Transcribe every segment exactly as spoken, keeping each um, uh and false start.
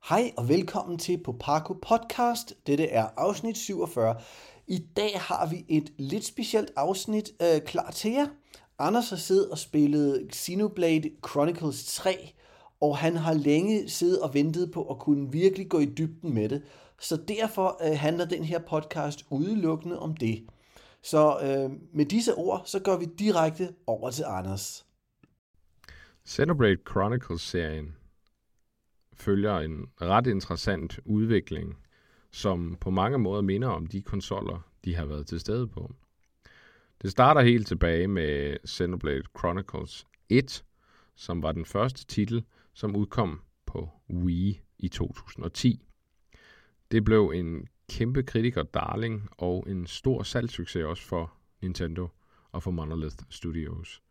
Hej og velkommen til Popako Podcast. Dette er afsnit syvogfyrre. I dag har vi et lidt specielt afsnit øh, klar til jer. Anders har siddet og spillet Xenoblade Chronicles tre, og han har længe siddet og ventet på at kunne virkelig gå i dybden med det. Så derfor øh, handler den her podcast udelukkende om det. Så øh, med disse ord, så går vi direkte over til Anders. Xenoblade Chronicles-serien følger en ret interessant udvikling, som på mange måder minder om de konsoller, de har været til stede på. Det starter helt tilbage med Xenoblade Chronicles et, som var den første titel, som udkom på Wii i to tusind og ti. Det blev en kæmpe kritiker-darling og en stor salgssucces også for Nintendo og for Monolith Studios.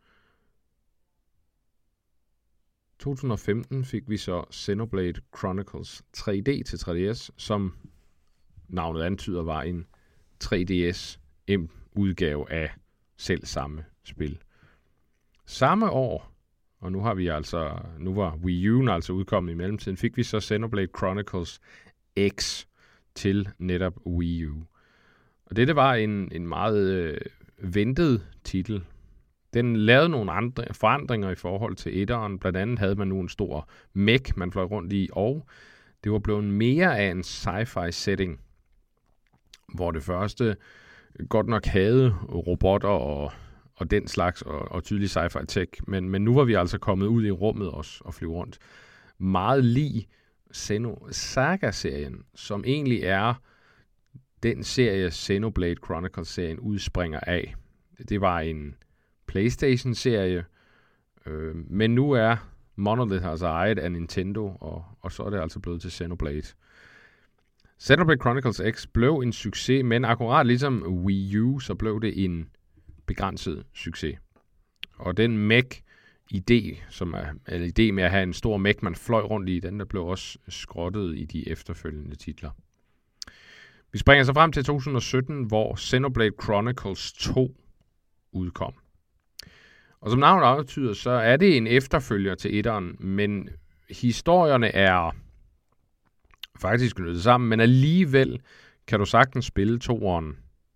to tusind og femten fik vi så Xenoblade Chronicles tre D til tre D S, som navnet antyder var en tre D S-udgave af selv samme spil. Samme år, og nu har vi altså, nu var Wii U'en altså udkommet i mellemtiden, fik vi så Xenoblade Chronicles X til netop Wii U. Og dette var en, en meget øh, ventet titel. Den lavede nogle andre forandringer i forhold til etteren. Blandt andet havde man nu en stor mech, man fløj rundt i, og det var blevet mere af en sci-fi setting, hvor det første godt nok havde robotter og, og den slags, og, og tydelig sci-fi tech, men, men nu var vi altså kommet ud i rummet også og flyve rundt. Meget lig Xeno Saga-serien, som egentlig er den serie, Xenoblade Chronicles-serien udspringer af. Det var en PlayStation-serie, øh, men nu er Monolith altså ejet af Nintendo, og, og så er det altså blevet til Xenoblade. Xenoblade Chronicles X blev en succes, men akkurat ligesom Wii U, så blev det en begrænset succes. Og den mech-idé, som er en idé med at have en stor mech, man fløj rundt i, den der blev også skrottet i de efterfølgende titler. Vi springer så frem til to tusind og sytten, hvor Xenoblade Chronicles to udkom. Og som navnet aftyder, så er det en efterfølger til etteren, men historierne er faktisk knyttet sammen, men alligevel kan du sagtens spille toeren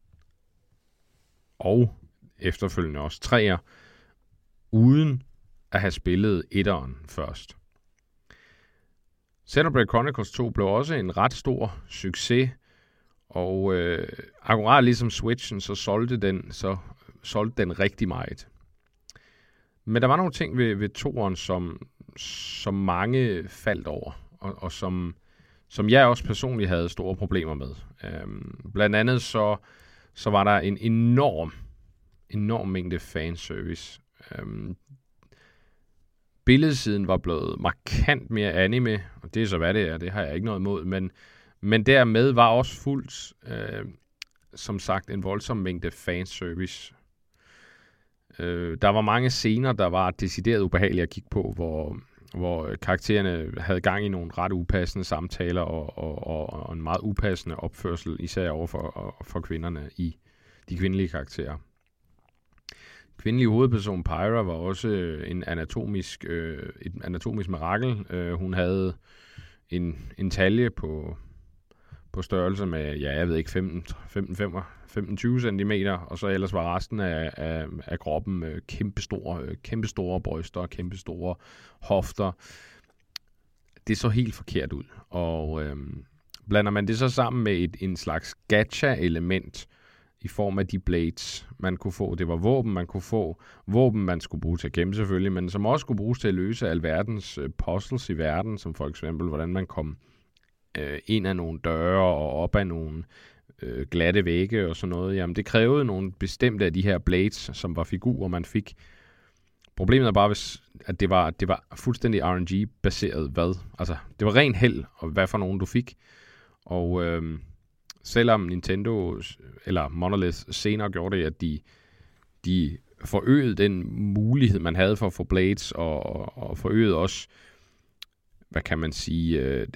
og efterfølgende også treer, uden at have spillet etteren først. Xenoblade Chronicles to blev også en ret stor succes, og øh, akkurat ligesom Switchen, så solgte den, så solgte den rigtig meget. Men der var nogle ting ved, ved toeren, som, som mange faldt over, og, og som, som jeg også personligt havde store problemer med. Øhm, blandt andet så, så var der en enorm, enorm mængde fanservice. Øhm, billedsiden var blevet markant mere anime, og det er så hvad det er, det har jeg ikke noget imod, men, men dermed var også fuldt, øh, som sagt, en voldsom mængde fanservice. Øh, der var mange scener, der var decideret ubehagelige at kigge på, hvor, hvor karaktererne havde gang i nogle ret upassende samtaler og, og, og, og en meget upassende opførsel, især over for, for kvinderne i de kvindelige karakterer. Kvindelige hovedperson Pyra var også en anatomisk, øh, et anatomisk mirakel. Øh, hun havde en, en talje på, på størrelse med, ja, jeg ved ikke, femten til tyve centimeter, og så ellers var resten af, af, af kroppen øh, kæmpestore, øh, kæmpestore bryster, kæmpestore hofter. Det så helt forkert ud. Og øh, blander man det så sammen med et, en slags gacha-element i form af de blades, man kunne få. Det var våben, man kunne få. Våben, man skulle bruge til at gemme selvfølgelig, men som også skulle bruges til at løse alverdens øh, puzzles i verden, som for eksempel, hvordan man kom øh, ind af nogle døre og op af nogle øh, glatte vægge og sådan noget. Jamen, det krævede nogle bestemte af de her blades, som var figurer, man fik. Problemet er bare, hvis, at det var, det var fuldstændig R N G-baseret hvad? Altså, det var ren held, og hvad for nogen du fik. Og øh, selvom Nintendo eller Monolith senere gjorde det, at de, de forøgede den mulighed, man havde for at få blades, og, og, og forøgede også, hvad kan man sige, øh,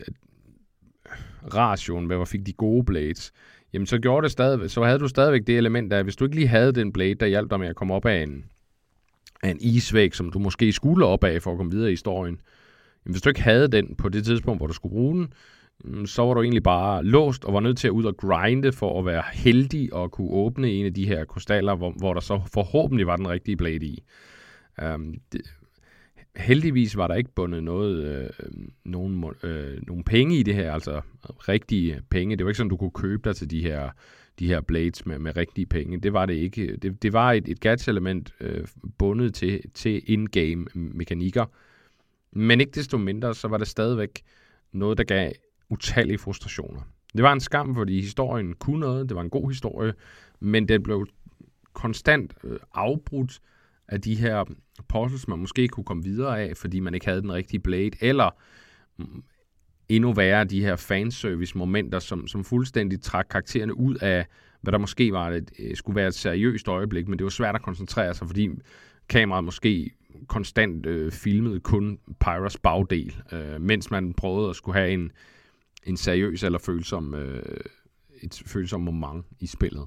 rationen, hvad fik de gode blades, jamen så gjorde det stadig, så havde du stadigvæk det element, der hvis du ikke lige havde den blade, der hjalp dig med at komme op af en, af en isvæg, som du måske skulle op af for at komme videre i historien, hvis du ikke havde den på det tidspunkt, hvor du skulle bruge den, så var du egentlig bare låst og var nødt til at ud og grinde for at være heldig og kunne åbne en af de her krystaller, hvor, hvor der så forhåbentlig var den rigtige blade i. Um, det, heldigvis var der ikke bundet noget, øh, nogen, øh, nogen penge i det her, altså rigtige penge. Det var ikke sådan, du kunne købe dig til de her, de her blades med, med rigtige penge. Det var det ikke. Det, det var et, et gacha-element øh, bundet til, til in-game mekanikker. Men ikke desto mindre, så var det stadigvæk noget, der gav utallige frustrationer. Det var en skam, fordi historien kunne noget. Det var en god historie, men den blev konstant øh, afbrudt af de her puzzles, man måske kunne komme videre af, fordi man ikke havde den rigtige blade, eller mm, endnu værre de her fanservice-momenter, som, som fuldstændig trak karaktererne ud af, hvad der måske var et, skulle være et seriøst øjeblik, men det var svært at koncentrere sig, fordi kameraet måske konstant øh, filmede kun Pyras bagdel, øh, mens man prøvede at skulle have en, en seriøs eller følsom, øh, et følsom moment i spillet.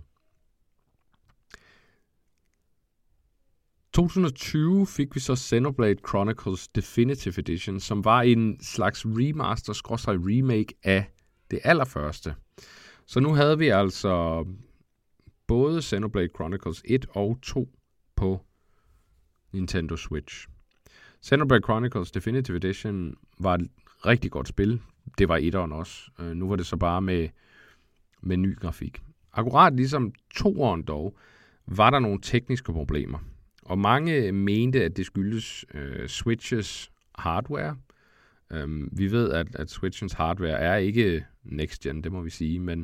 to tusind og tyve fik vi så Xenoblade Chronicles Definitive Edition, som var en slags remaster-remake af det allerførste. Så nu havde vi altså både Xenoblade Chronicles et og to på Nintendo Switch. Xenoblade Chronicles Definitive Edition var et rigtig godt spil. Det var etteren også. Uh, nu var det så bare med, med ny grafik. Akkurat ligesom toeren dog, var der nogle tekniske problemer. Og mange mente, at det skyldes uh, Switches hardware. Um, vi ved, at, at Switchens hardware er ikke next gen, det må vi sige, men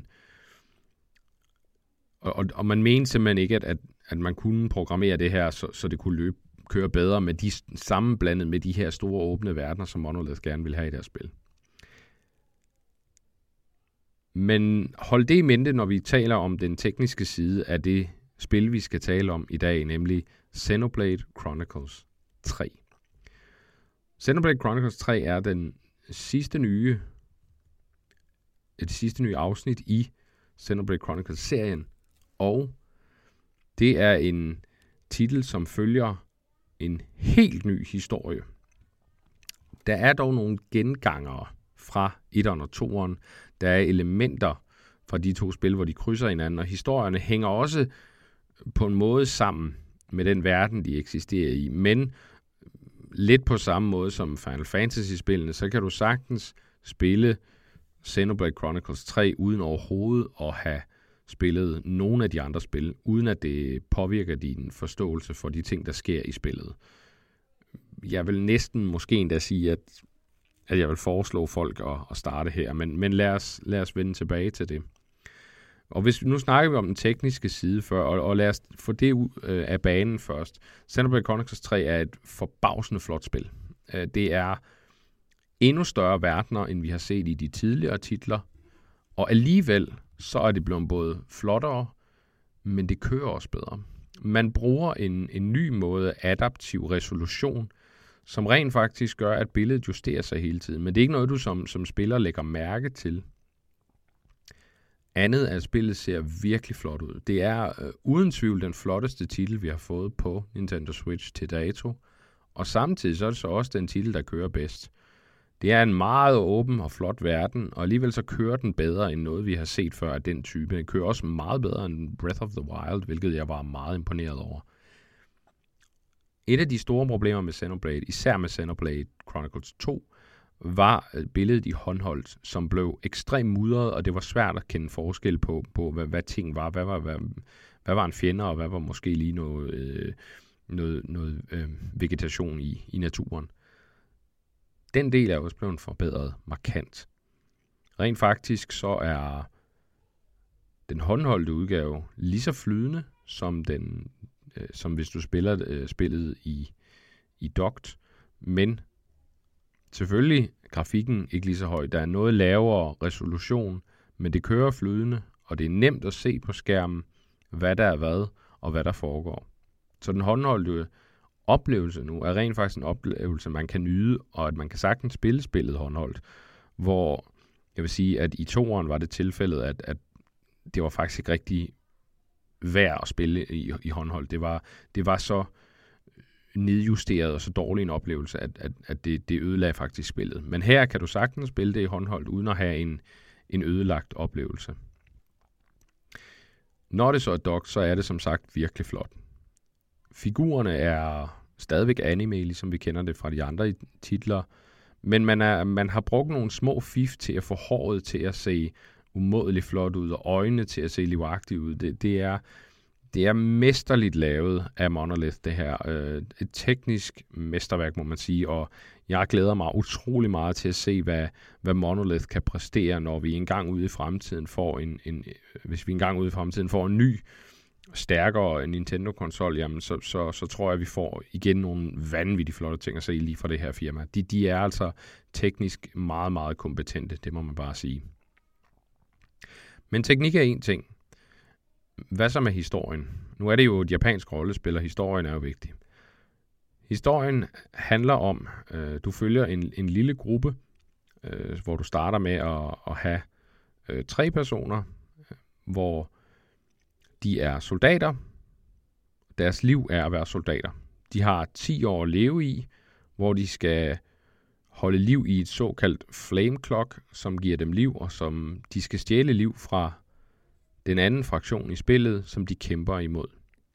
og, og, og man mente simpelthen ikke, at, at, at man kunne programmere det her, så, så det kunne løbe, køre bedre med de sammenblandet med de her store åbne verdener, som Monolith gerne vil have i deres spil. Men hold det i mente, når vi taler om den tekniske side af det spil, vi skal tale om i dag, nemlig Xenoblade Chronicles tre. Xenoblade Chronicles tre er den sidste nye, det sidste nye afsnit i Xenoblade Chronicles-serien, og det er en titel, som følger en helt ny historie. Der er dog nogle gengangere fra etteren og toeren. Der er elementer fra de to spil, hvor de krydser hinanden, og historierne hænger også på en måde sammen med den verden, de eksisterer i. Men lidt på samme måde som Final Fantasy-spillene, så kan du sagtens spille Xenoblade Chronicles tre uden overhovedet at have spillet nogle af de andre spil, uden at det påvirker din forståelse for de ting, der sker i spillet. Jeg vil næsten måske endda sige, at, at jeg vil foreslå folk at, at starte her, men, men lad, os, lad os vende tilbage til det. Og hvis nu snakker vi om den tekniske side før, og, og lad os få det ud øh, af banen først. Xenoblade Chronicles tre er et forbavsende flot spil. Øh, det er endnu større verdener, end vi har set i de tidligere titler, og alligevel så er det blevet både flottere, men det kører også bedre. Man bruger en, en ny måde adaptiv resolution, som rent faktisk gør, at billedet justerer sig hele tiden. Men det er ikke noget, du som, som spiller lægger mærke til. Andet af spillet ser virkelig flot ud. Det er øh, uden tvivl den flotteste titel, vi har fået på Nintendo Switch til dato. Og samtidig så er det så også den titel, der kører bedst. Det er en meget åben og flot verden, og alligevel så kører den bedre end noget, vi har set før af den type. Den kører også meget bedre end Breath of the Wild, hvilket jeg var meget imponeret over. Et af de store problemer med Xenoblade, især med Xenoblade Chronicles to, var billedet i håndholdt, som blev ekstremt mudret, og det var svært at kende forskel på, på hvad, hvad ting var. Hvad var, hvad, hvad var en fjender, og hvad var måske lige noget, øh, noget, noget øh, vegetation i, i naturen. Den del er også blevet forbedret markant. Rent faktisk så er den håndholdte udgave lige så flydende, som, den, øh, som hvis du spiller øh, spillet i, i docked, men selvfølgelig grafikken ikke lige så høj. Der er noget lavere resolution, men det kører flydende, og det er nemt at se på skærmen, hvad der er hvad, og hvad der foregår. Så den håndholdte oplevelse nu er rent faktisk en oplevelse, man kan nyde, og at man kan sagtens spille spillet håndholdt, hvor jeg vil sige, at i toeren var det tilfældet, at, at det var faktisk ikke rigtig værd at spille i, i håndholdt. Det var, det var så nedjusteret og så dårlig en oplevelse, at, at, at det, det ødelagde faktisk spillet. Men her kan du sagtens spille det i håndholdt, uden at have en, en ødelagt oplevelse. Når det så er docked, så er det som sagt virkelig flot. Figurerne er stadigvæk anime, ligesom vi kender det fra de andre titler, men man, er, man har brugt nogle små fif til at få håret til at se umådeligt flot ud, og øjnene til at se livagtigt ud. Det, det, er, det er mesterligt lavet af Monolith, det her. Øh, et teknisk mesterværk, må man sige, og jeg glæder mig utrolig meget til at se, hvad, hvad Monolith kan præstere, når vi engang ude i fremtiden får en, en hvis vi engang ude i fremtiden får en ny, stærkere Nintendo-konsol, jamen så, så, så tror jeg, at vi får igen nogle vanvittigt flotte ting at se lige fra det her firma. De, de er altså teknisk meget, meget kompetente, det må man bare sige. Men teknik er en ting. Hvad så med historien? Nu er det jo et japansk rollespil, og historien er jo vigtig. Historien handler om, øh, du følger en, en lille gruppe, øh, hvor du starter med at, at have øh, tre personer, øh, hvor de er soldater. Deres liv er at være soldater. De har ti år at leve i, hvor de skal holde liv i et såkaldt flame clock, som giver dem liv, og som de skal stjæle liv fra den anden fraktion i spillet, som de kæmper imod.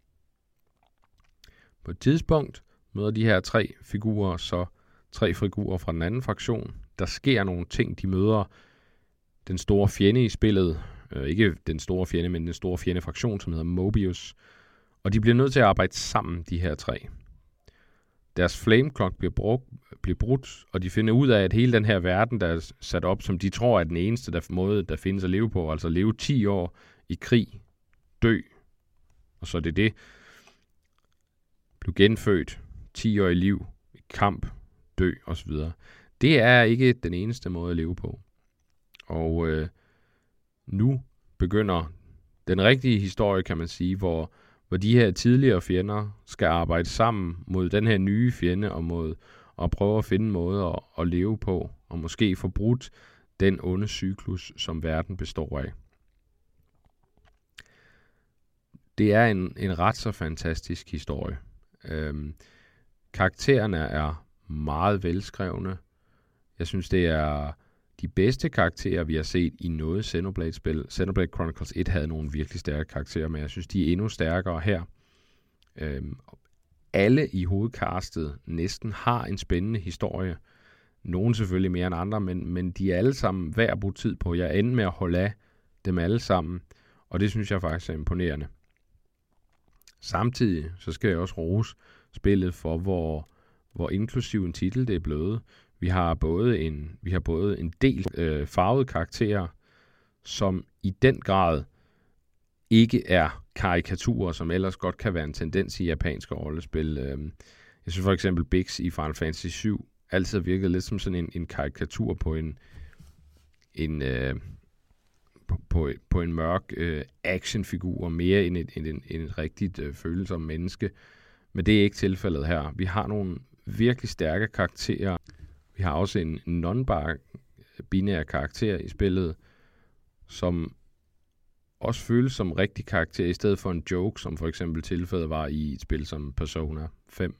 På et tidspunkt møder de her tre figurer, så tre figurer fra den anden fraktion. Der sker nogle ting. De møder den store fjende i spillet. Øh, ikke den store fjende, men den store fjende-fraktion, som hedder Mobius. Og de bliver nødt til at arbejde sammen, de her tre. Deres flame clock bliver, brugt, bliver brudt, og de finder ud af, at hele den her verden, der er sat op, som de tror er den eneste der måde, der findes at leve på, altså leve ti år i krig, dø, og så er det det. Blive genfødt, ti år i liv, i kamp, dø, osv. Det er ikke den eneste måde at leve på. Og øh, nu begynder den rigtige historie, kan man sige, hvor, hvor de her tidligere fjender skal arbejde sammen mod den her nye fjende, og mod at prøve at finde en måde at, at leve på, og måske få brudt den onde cyklus, som verden består af. Det er en, en ret så fantastisk historie. Øhm, karaktererne er meget velskrevne. Jeg synes, det er de bedste karakterer, vi har set i noget Xenoblade-spil. Xenoblade Chronicles et havde nogle virkelig stærke karakterer, men jeg synes, de er endnu stærkere her. Øhm, alle i hovedcastet næsten har en spændende historie. Nogle selvfølgelig mere end andre, men, men de er alle sammen værd at bruge tid på. Jeg ender med at holde af dem alle sammen, og det synes jeg faktisk er imponerende. Samtidig så skal jeg også rose spillet for, hvor, hvor inklusiv en titel det er blevet. Vi har både en, vi har både en del øh, farvede karakterer, som i den grad ikke er karikaturer, som ellers godt kan være en tendens i japanske rollespil. Jeg synes for eksempel Biggs i Final Fantasy syv altid virkede lidt som sådan en, en karikatur på en, en øh, på, på, på en mørk øh, actionfigur, mere end et, end en, end et rigtigt øh, følsomt menneske. Men det er ikke tilfældet her. Vi har nogle virkelig stærke karakterer. Vi har også en non-binær karakter i spillet, som også føles som rigtig karakter, i stedet for en joke, som for eksempel tilfældet var i et spil som Persona fem.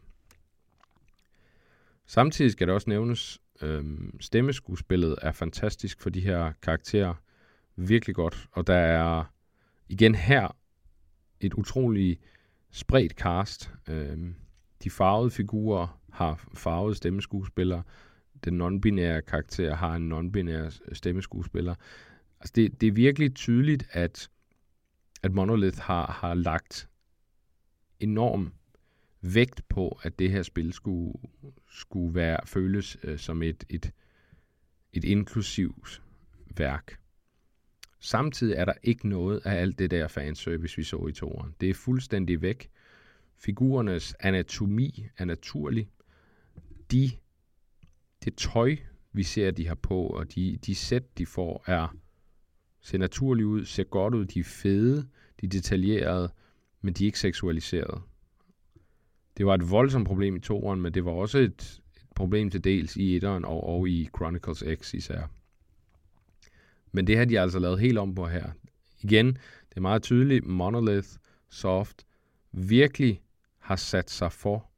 Samtidig skal det også nævnes, øhm, stemmeskuespillet er fantastisk for de her karakterer. Virkelig godt. Og der er igen her et utroligt spredt cast. Øhm, de farvede figurer har farvede stemmeskuespillere. Den non-binære karakter har en non-binær stemmeskuespiller. Altså det, det er virkelig tydeligt, at, at Monolith har, har lagt enorm vægt på, at det her spil skulle, skulle være, føles øh, som et, et, et inklusivt værk. Samtidig er der ikke noget af alt det der fanservice, vi så i toeren. Det er fuldstændig væk. Figurernes anatomi er naturlig. De, det tøj, vi ser, de har på, og de, de sæt, de får, er ser naturligt ud, ser godt ud, de er fede, de er detaljerede, men de er ikke seksualiserede. Det var et voldsomt problem i toeren, men det var også et, et problem til dels i etteren og, og i Chronicles X især. Men det har de altså lavet helt om på her. Igen, det er meget tydeligt, Monolith Soft virkelig har sat sig for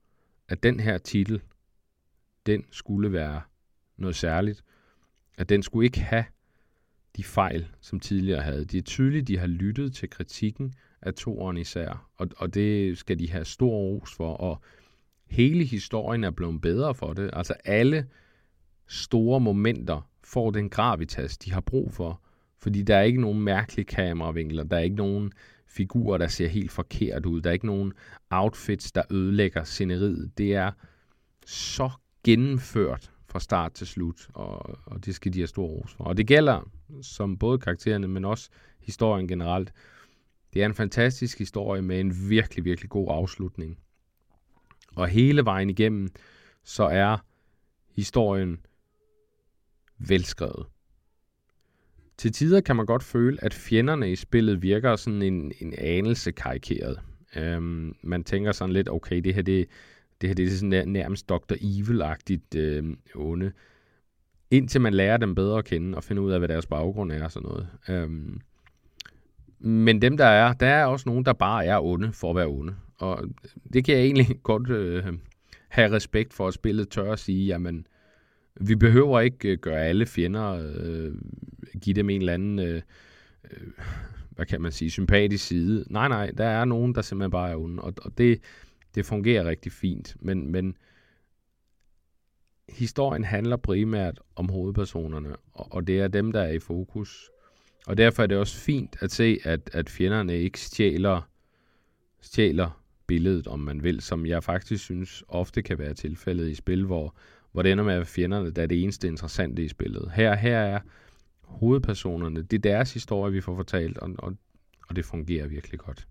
at den her titel, den skulle være noget særligt. At den skulle ikke have de fejl, som tidligere havde. Det er tydeligt, de har lyttet til kritikken af toeren især, og, og det skal de have stor ros for, og hele historien er blevet bedre for det. Altså alle store momenter får den gravitas, de har brug for, fordi der er ikke nogen mærkelige kameravinkler, der er ikke nogen figurer, der ser helt forkert ud, der er ikke nogen outfits, der ødelægger sceneriet. Det er så gennemført fra start til slut, og, og det skal de have stor ros for. Og det gælder som både karaktererne, men også historien generelt. Det er en fantastisk historie med en virkelig, virkelig god afslutning. Og hele vejen igennem, så er historien velskrevet. Til tider kan man godt føle, at fjenderne i spillet virker sådan en, en anelse karikeret. Øhm, man tænker sådan lidt, okay, det her det, det, her, det er sådan nærmest doktor Evil-agtigt øh, onde. Indtil man lærer dem bedre at kende og finde ud af, hvad deres baggrund er og sådan noget. Øhm, men dem, der er, der er også nogen, der bare er onde for at være onde. Og det kan jeg egentlig godt øh, have respekt for, at spillet tør at sige, jamen, vi behøver ikke gøre alle fjender, øh, give dem en eller anden, øh, øh, hvad kan man sige, sympatisk side. Nej, nej, der er nogen, der simpelthen bare er onde, og, og det, det fungerer rigtig fint. Men, men historien handler primært om hovedpersonerne, og, og det er dem, der er i fokus. Og derfor er det også fint at se, at, at fjenderne ikke stjæler, stjæler billedet, om man vil, som jeg faktisk synes ofte kan være tilfældet i spil, hvor, hvor det ender med, at fjenderne, der er det eneste interessante i spillet. Her, her er hovedpersonerne, det er deres historie, vi får fortalt, og, og, og det fungerer virkelig godt.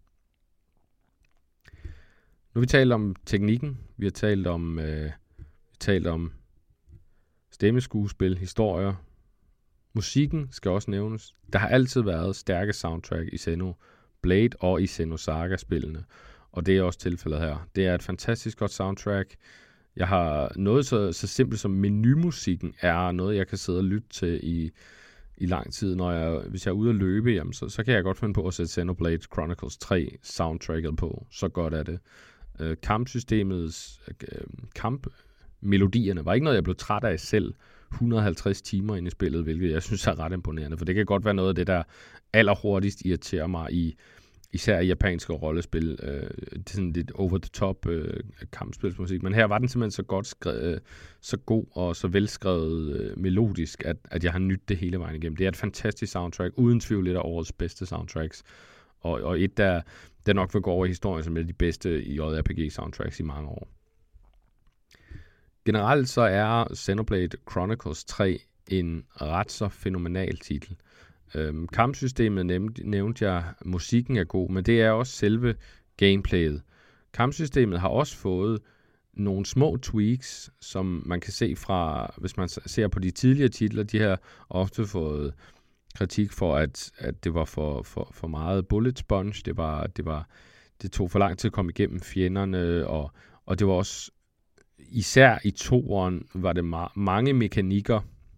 Nu har vi talt om teknikken, vi har talt om, øh, vi har talt om stemmeskuespil, historier. Musikken skal også nævnes. Der har altid været stærke soundtrack i Xenoblade og i Xenosaga-spillene, og det er også tilfældet her. Det er et fantastisk godt soundtrack. Jeg har noget så, så simpelt som menumusikken er noget, jeg kan sidde og lytte til i, i lang tid. Når jeg, hvis jeg er ude at løbe, jamen, så, så kan jeg godt finde på at sætte Xenoblade Chronicles tre soundtracket på. Så godt er det. Øh, kampsystemets øh, kampmelodierne var ikke noget, jeg blev træt af selv et hundrede og halvtreds timer inde i spillet, hvilket jeg synes er ret imponerende, for det kan godt være noget af det, der allerhurtigst irriterer mig i især i japanske rollespil. Øh, det er sådan lidt over-the-top øh, kampspilsmusik, men her var den simpelthen så godt skrevet, øh, så god og så velskrevet øh, melodisk, at, at jeg har nydt det hele vejen igennem. Det er et fantastisk soundtrack, uden tvivl et af årets bedste soundtracks, og, og et, der, der nok vil gå over i historien som et af de bedste i J R P G-soundtracks i mange år. Generelt så er Xenoblade Chronicles tre en ret så fænomenal titel. Øhm, kampsystemet nævnte, nævnte jeg, musikken er god, men det er også selve gameplayet. Kampsystemet har også fået nogle små tweaks, som man kan se fra, hvis man ser på de tidligere titler, de har ofte fået kritik for, at, at det var for, for, for meget bullet sponge, det, var, det, var, det tog for lang tid at komme igennem fjenderne, og, og det var også, især i toeren, var det ma- mange mekanikker,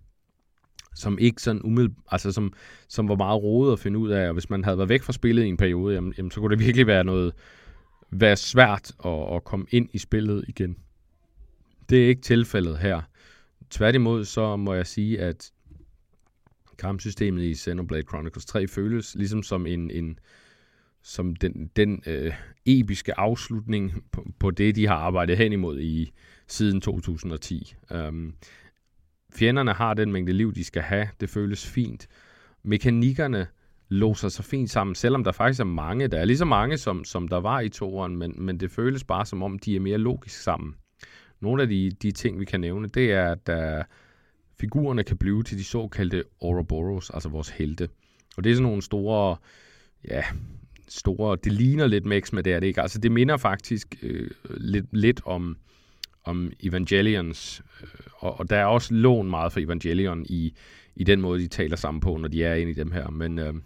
som ikke sådan umiddel, altså som, som var meget rodet at finde ud af, og hvis man havde været væk fra spillet i en periode, jamen, jamen, så kunne det virkelig være noget, være svært at, at komme ind i spillet igen. Det er ikke tilfældet her. Tværtimod så må jeg sige, at kampsystemet i Xenoblade Chronicles tre føles ligesom som en, en som den, den øh, episke afslutning på, på det, de har arbejdet hen imod i siden to tusind og ti. Um, Fjenderne har den mængde liv, de skal have. Det føles fint. Mekanikkerne låser sig fint sammen, selvom der faktisk er mange. Der er lige så mange, som, som der var i toeren, men, men det føles bare, som om de er mere logisk sammen. Nogle af de, de ting, vi kan nævne, det er, at der, figurerne kan blive til de såkaldte Ouroboros, altså vores helte. Og det er sådan nogle store, ja, store, det ligner lidt Mex med det, er det ikke? Altså det minder faktisk øh, lidt, lidt om om Evangelions, og, og der er også lån meget for Evangelion i, i den måde, de taler sammen på, når de er inde i dem her, men øh,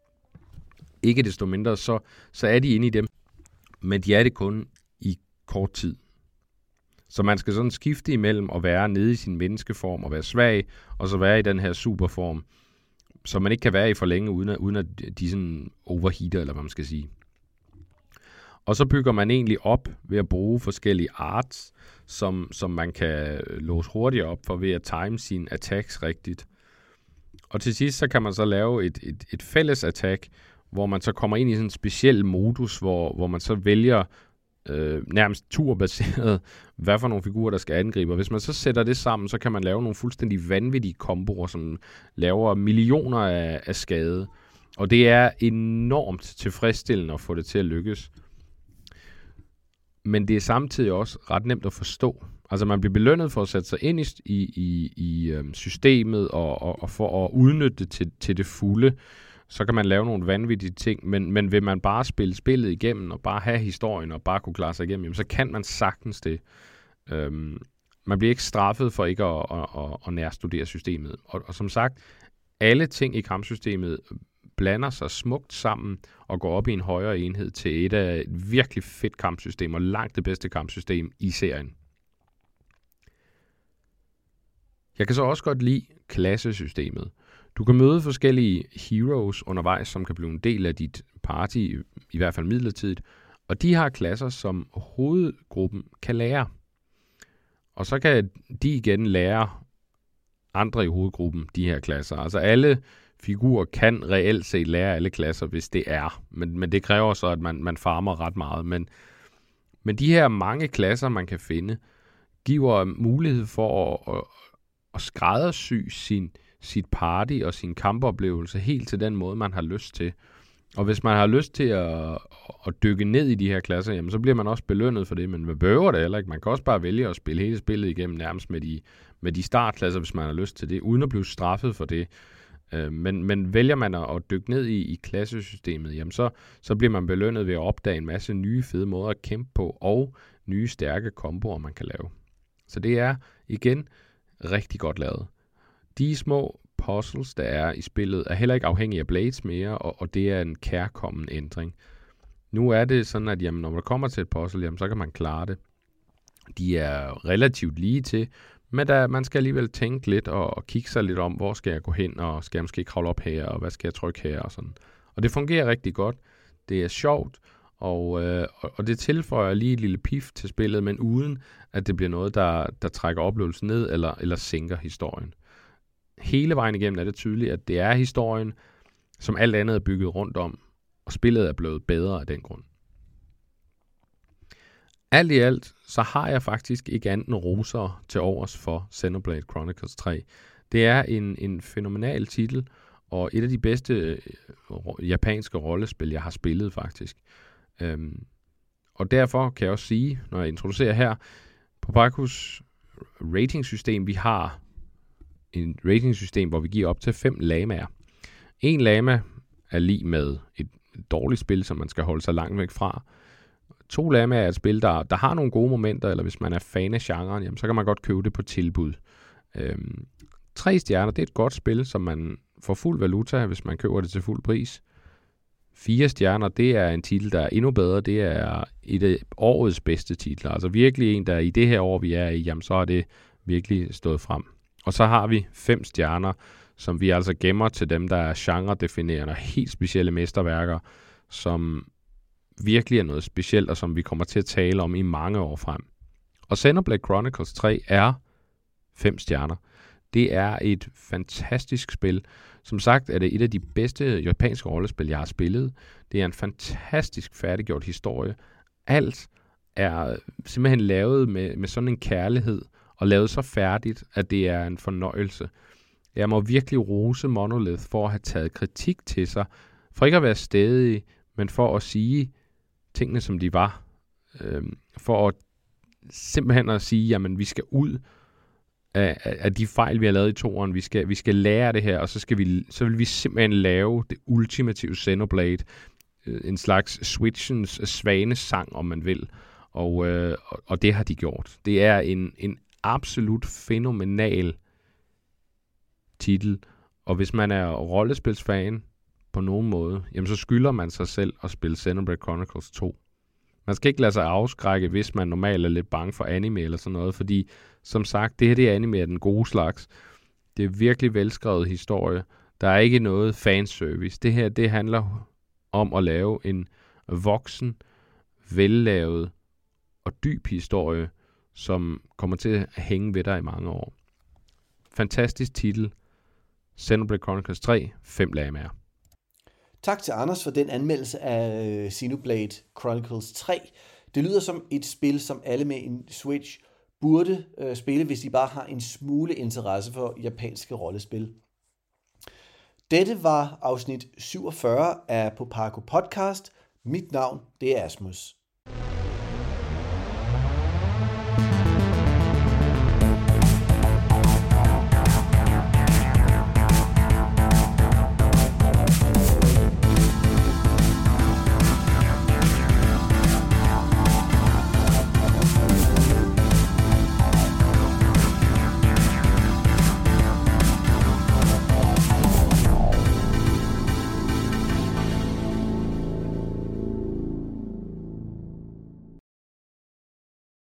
ikke desto mindre, så, så er de inde i dem, men de er det kun i kort tid. Så man skal sådan skifte imellem at være nede i sin menneskeform og være svag, og så være i den her superform, så man ikke kan være i for længe, uden at, uden at de sådan overheater, eller hvad man skal sige. Og så bygger man egentlig op ved at bruge forskellige arts, som, som man kan låse hurtigt op for ved at time sine attacks rigtigt. Og til sidst så kan man så lave et, et, et fælles attack, hvor man så kommer ind i sådan en speciel modus, hvor, hvor man så vælger øh, nærmest turbaseret, hvad for nogle figurer, der skal angribe. Og hvis man så sætter det sammen, så kan man lave nogle fuldstændig vanvittige komboer, som laver millioner af, af skade. Og det er enormt tilfredsstillende at få det til at lykkes. Men det er samtidig også ret nemt at forstå. Altså man bliver belønnet for at sætte sig ind i, i, i øhm, systemet og, og, og for at udnytte det til, til det fulde. Så kan man lave nogle vanvittige ting, men, men vil man bare spille spillet igennem og bare have historien og bare kunne klare sig igennem, jamen, så kan man sagtens det. Øhm, man bliver ikke straffet for ikke at, at, at, at nærstudere systemet. Og, og som sagt, alle ting i kampsystemet blander sig smukt sammen og går op i en højere enhed til et af et virkelig fedt kampsystem, og langt det bedste kampsystem i serien. Jeg kan så også godt lide klassesystemet. Du kan møde forskellige heroes undervejs, som kan blive en del af dit party, i hvert fald midlertidigt, og de har klasser, som hovedgruppen kan lære. Og så kan de igen lære andre i hovedgruppen de her klasser. Altså alle figurer kan reelt set lære alle klasser, hvis det er. Men, men det kræver så, at man, man farmer ret meget. Men, men de her mange klasser, man kan finde, giver mulighed for at, at, at skræddersy sin, sit party og sin kampoplevelse helt til den måde, man har lyst til. Og hvis man har lyst til at, at dykke ned i de her klasser, jamen, så bliver man også belønnet for det. Men man behøver det heller ikke. Man kan også bare vælge at spille hele spillet igennem nærmest med de, med de startklasser, hvis man har lyst til det, uden at blive straffet for det. Men, men vælger man at dykke ned i, i klassesystemet, jamen så, så bliver man belønnet ved at opdage en masse nye fede måder at kæmpe på, og nye stærke komboer, man kan lave. Så det er, igen, rigtig godt lavet. De små puzzles, der er i spillet, er heller ikke afhængige af Blades mere, og, og det er en kærkommen ændring. Nu er det sådan, at jamen, når man kommer til et puzzle, jamen, så kan man klare det. De er relativt lige til, men der, man skal alligevel tænke lidt og, og kigge sig lidt om, hvor skal jeg gå hen, og skal jeg måske kravle op her, og hvad skal jeg trykke her, og sådan. Og det fungerer rigtig godt. Det er sjovt, og, øh, og det tilføjer lige et lille pif til spillet, men uden at det bliver noget, der, der trækker oplevelsen ned, eller, eller sænker historien. Hele vejen igennem er det tydeligt, at det er historien, som alt andet er bygget rundt om, og spillet er blevet bedre af den grund. Alt i alt, så har jeg faktisk ikke andet end roser til overs for Xenoblade Chronicles tre. Det er en, en fænomenal titel, og et af de bedste øh, japanske rollespil, jeg har spillet faktisk. Øhm, og derfor kan jeg også sige, når jeg introducerer her, på Bakus ratingsystem, vi har en ratingsystem, hvor vi giver op til fem lamaer. En lama er lig med et dårligt spil, som man skal holde sig langt væk fra. To lamaer er et spil, der, der har nogle gode momenter, eller hvis man er fan af genren, jamen, så kan man godt købe det på tilbud. Øhm, tre stjerner, det er et godt spil, som man får fuld valuta, hvis man køber det til fuld pris. Fire stjerner, det er en titel, der er endnu bedre. Det er et af årets bedste titler. Altså virkelig en, der i det her år, vi er i, jamen, så er det virkelig stået frem. Og så har vi fem stjerner, som vi altså gemmer til dem, der er genre-definerende, helt specielle mesterværker, som virkelig er noget specielt, og som vi kommer til at tale om i mange år frem. Og Xenoblade Chronicles tre er fem stjerner. Det er et fantastisk spil. Som sagt er det et af de bedste japanske rollespil, jeg har spillet. Det er en fantastisk færdiggjort historie. Alt er simpelthen lavet med, med sådan en kærlighed, og lavet så færdigt, at det er en fornøjelse. Jeg må virkelig rose Monolith for at have taget kritik til sig, for ikke at være stædig, men for at sige tingene, som de var. Øhm, for at simpelthen at sige, jamen vi skal ud af, af de fejl, vi har lavet i toeren. Vi skal, vi skal lære det her, og så, skal vi, så vil vi simpelthen lave det ultimative Xenoblade. En slags Switchens svanesang, om man vil. Og, øh, og det har de gjort. Det er en, en absolut fænomenal titel. Og hvis man er rollespilsfan på nogen måde, jamen så skylder man sig selv at spille Xenoblade Chronicles to. Man skal ikke lade sig afskrække, hvis man normalt er lidt bange for anime eller sådan noget, fordi som sagt, det her det er anime af den gode slags. Det er virkelig velskrevet historie. Der er ikke noget fanservice. Det her, det handler om at lave en voksen, vellavet og dyb historie, som kommer til at hænge ved dig i mange år. Fantastisk titel. Xenoblade Chronicles tre, fem lag mere. Tak til Anders for den anmeldelse af Xenoblade Chronicles tre. Det lyder som et spil, som alle med en Switch burde øh, spille, hvis de bare har en smule interesse for japanske rollespil. Dette var afsnit syvogfyrre af Popako Podcast. Mit navn, det er Asmus.